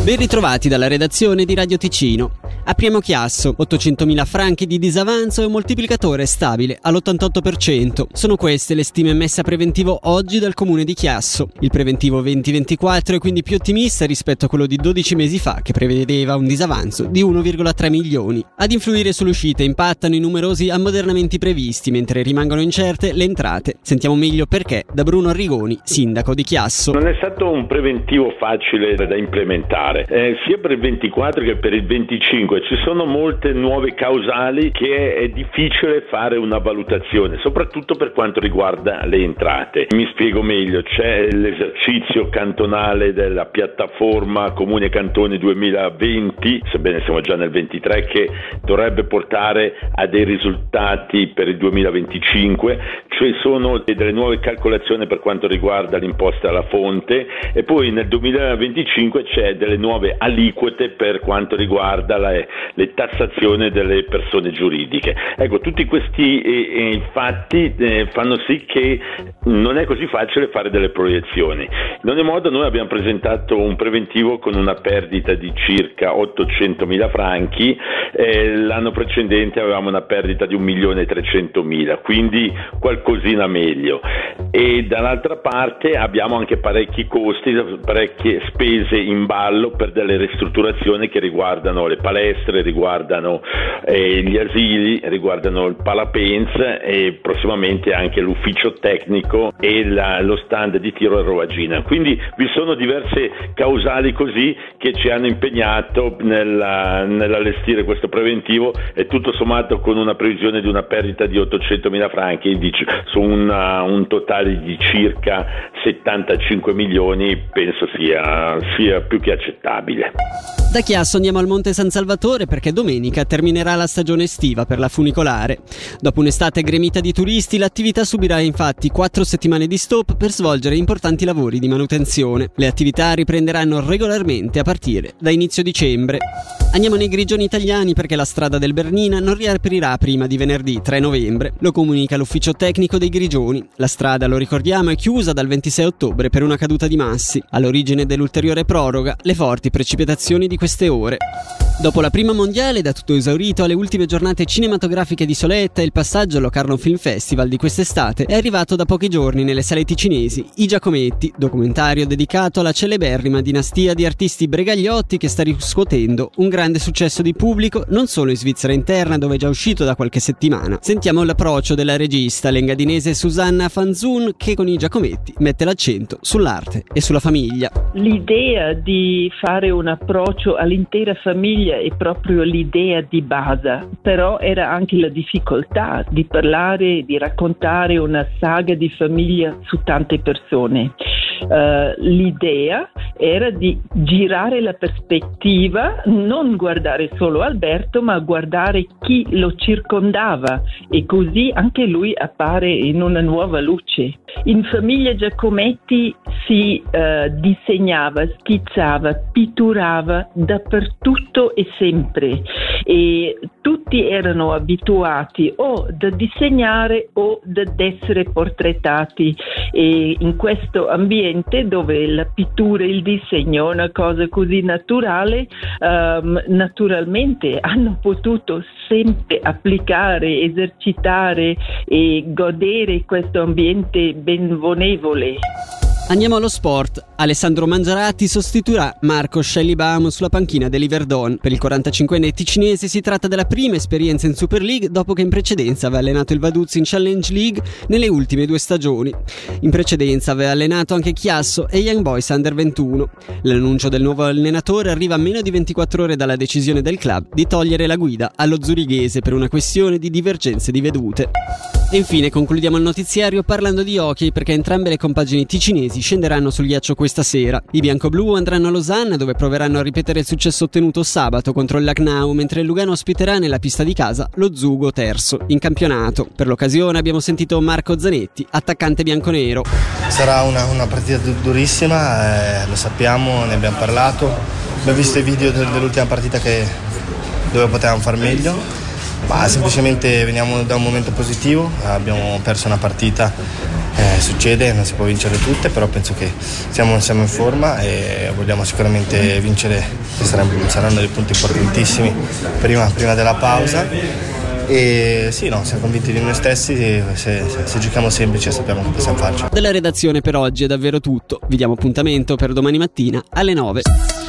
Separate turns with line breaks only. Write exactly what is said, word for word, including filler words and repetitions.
Ben ritrovati dalla redazione di Radio Ticino. Apriamo Chiasso, ottocentomila franchi di disavanzo e un moltiplicatore stabile all'ottantotto per cento. Sono queste le stime messe a preventivo oggi dal comune di Chiasso. Il preventivo venti ventiquattro è quindi più ottimista rispetto a quello di dodici mesi fa, che prevedeva un disavanzo di uno virgola tre milioni. Ad influire sull'uscita impattano i numerosi ammodernamenti previsti, mentre rimangono incerte le entrate. Sentiamo meglio perché da Bruno Arrigoni, sindaco di Chiasso.
Non è stato un preventivo facile da implementare, eh, sia per il ventiquattro che per il venticinque. Ci sono molte nuove causali che è difficile fare una valutazione, soprattutto per quanto riguarda le entrate. Mi spiego meglio: c'è l'esercizio cantonale della piattaforma Comuni e Cantoni duemilaventi, sebbene siamo già nel ventitré, che dovrebbe portare a dei risultati per il duemilaventicinque, cioè sono delle nuove calcolazioni per quanto riguarda l'imposta alla fonte, e poi nel duemilaventicinque c'è delle nuove aliquote per quanto riguarda la le tassazioni delle persone giuridiche. Ecco, tutti questi eh, eh, fatti eh, fanno sì che non è così facile fare delle proiezioni. In ogni modo, noi abbiamo presentato un preventivo con una perdita di circa ottocentomila franchi, eh, l'anno precedente avevamo una perdita di un milione e trecentomila, quindi qualcosina meglio. E dall'altra parte abbiamo anche parecchi costi, parecchie spese in ballo per delle ristrutturazioni che riguardano le palestre, riguardano eh, gli asili, riguardano il Palapenz e prossimamente anche l'ufficio tecnico e la, lo stand di tiro e rovagina. Quindi vi sono diverse causali così che ci hanno impegnato nella, nell'allestire questo preventivo, e tutto sommato con una previsione di una perdita di ottocentomila franchi su una, un totale di circa settantacinque milioni, penso sia, sia più che accettabile.
Da Chiasso andiamo al Monte San Salvatore perché domenica terminerà la stagione estiva per la funicolare. Dopo un'estate gremita di turisti, l'attività subirà infatti quattro settimane di stop per svolgere importanti lavori di manutenzione. Le attività riprenderanno regolarmente a partire da inizio dicembre. Andiamo nei Grigioni italiani perché la strada del Bernina non riaprirà prima di venerdì tre novembre. Lo comunica l'ufficio tecnico dei Grigioni. La strada, lo ricordiamo, è chiusa dal ventisei ottobre per una caduta di massi. All'origine dell'ulteriore proroga, le forti precipitazioni di queste ore. Dopo la prima mondiale, da tutto esaurito alle ultime giornate cinematografiche di Soletta, il passaggio al Locarno Film Festival di quest'estate è arrivato da pochi giorni nelle sale ticinesi. I Giacometti, documentario dedicato alla celeberrima dinastia di artisti bregagliotti che sta riscuotendo un grande successo di pubblico non solo in Svizzera interna, dove è già uscito da qualche settimana. Sentiamo l'approccio della regista lengadinese Susanna Fanzun, che con i Giacometti mette l'accento sull'arte e sulla famiglia.
L'idea di fare un approccio all'intera famiglia è proprio l'idea di base, però era anche la difficoltà di parlare, di raccontare una saga di famiglia su tante persone. Uh, l'idea era di girare la prospettiva, non guardare solo Alberto, ma guardare chi lo circondava, e così anche lui appare in una nuova luce. In famiglia Giacometti si uh, disegnava, schizzava, pitturava dappertutto e sempre, e tutti erano abituati o da disegnare o ad essere portrettati, e in questo ambiente dove la pittura e il disegno è una cosa così naturale, um, naturalmente hanno potuto sempre applicare, esercitare e godere questo ambiente benevole.
Andiamo allo sport. Alessandro Mangiaratti sostituirà Marco Scellibam sulla panchina dell'Yverdon. Per il quarantacinquenne ticinese si tratta della prima esperienza in Super League dopo che in precedenza aveva allenato il Vaduz in Challenge League nelle ultime due stagioni. In precedenza aveva allenato anche Chiasso e Young Boys Under ventuno. L'annuncio del nuovo allenatore arriva a meno di ventiquattro ore dalla decisione del club di togliere la guida allo zurighese per una questione di divergenze di vedute. E infine concludiamo il notiziario parlando di hockey, perché entrambe le compagini ticinesi scenderanno sul ghiaccio questa sera. I biancoblu andranno a Losanna, dove proveranno a ripetere il successo ottenuto sabato contro il Lucknow, mentre il Lugano ospiterà nella pista di casa lo Zugo terzo in campionato. Per l'occasione abbiamo sentito Marco Zanetti, attaccante bianconero.
Sarà una, una partita durissima, eh, lo sappiamo, ne abbiamo parlato, abbiamo visto i video dell'ultima partita che dove potevamo far meglio, ma semplicemente veniamo da un momento positivo. Abbiamo perso una partita Eh, succede, non si può vincere tutte, però penso che siamo, siamo in forma e vogliamo sicuramente vincere, che saranno, saranno dei punti importantissimi prima, prima della pausa. E sì, no, siamo convinti di noi stessi, se, se, se giochiamo semplice sappiamo che possiamo farci.
Della redazione per oggi è davvero tutto, vi diamo appuntamento per domani mattina alle nove.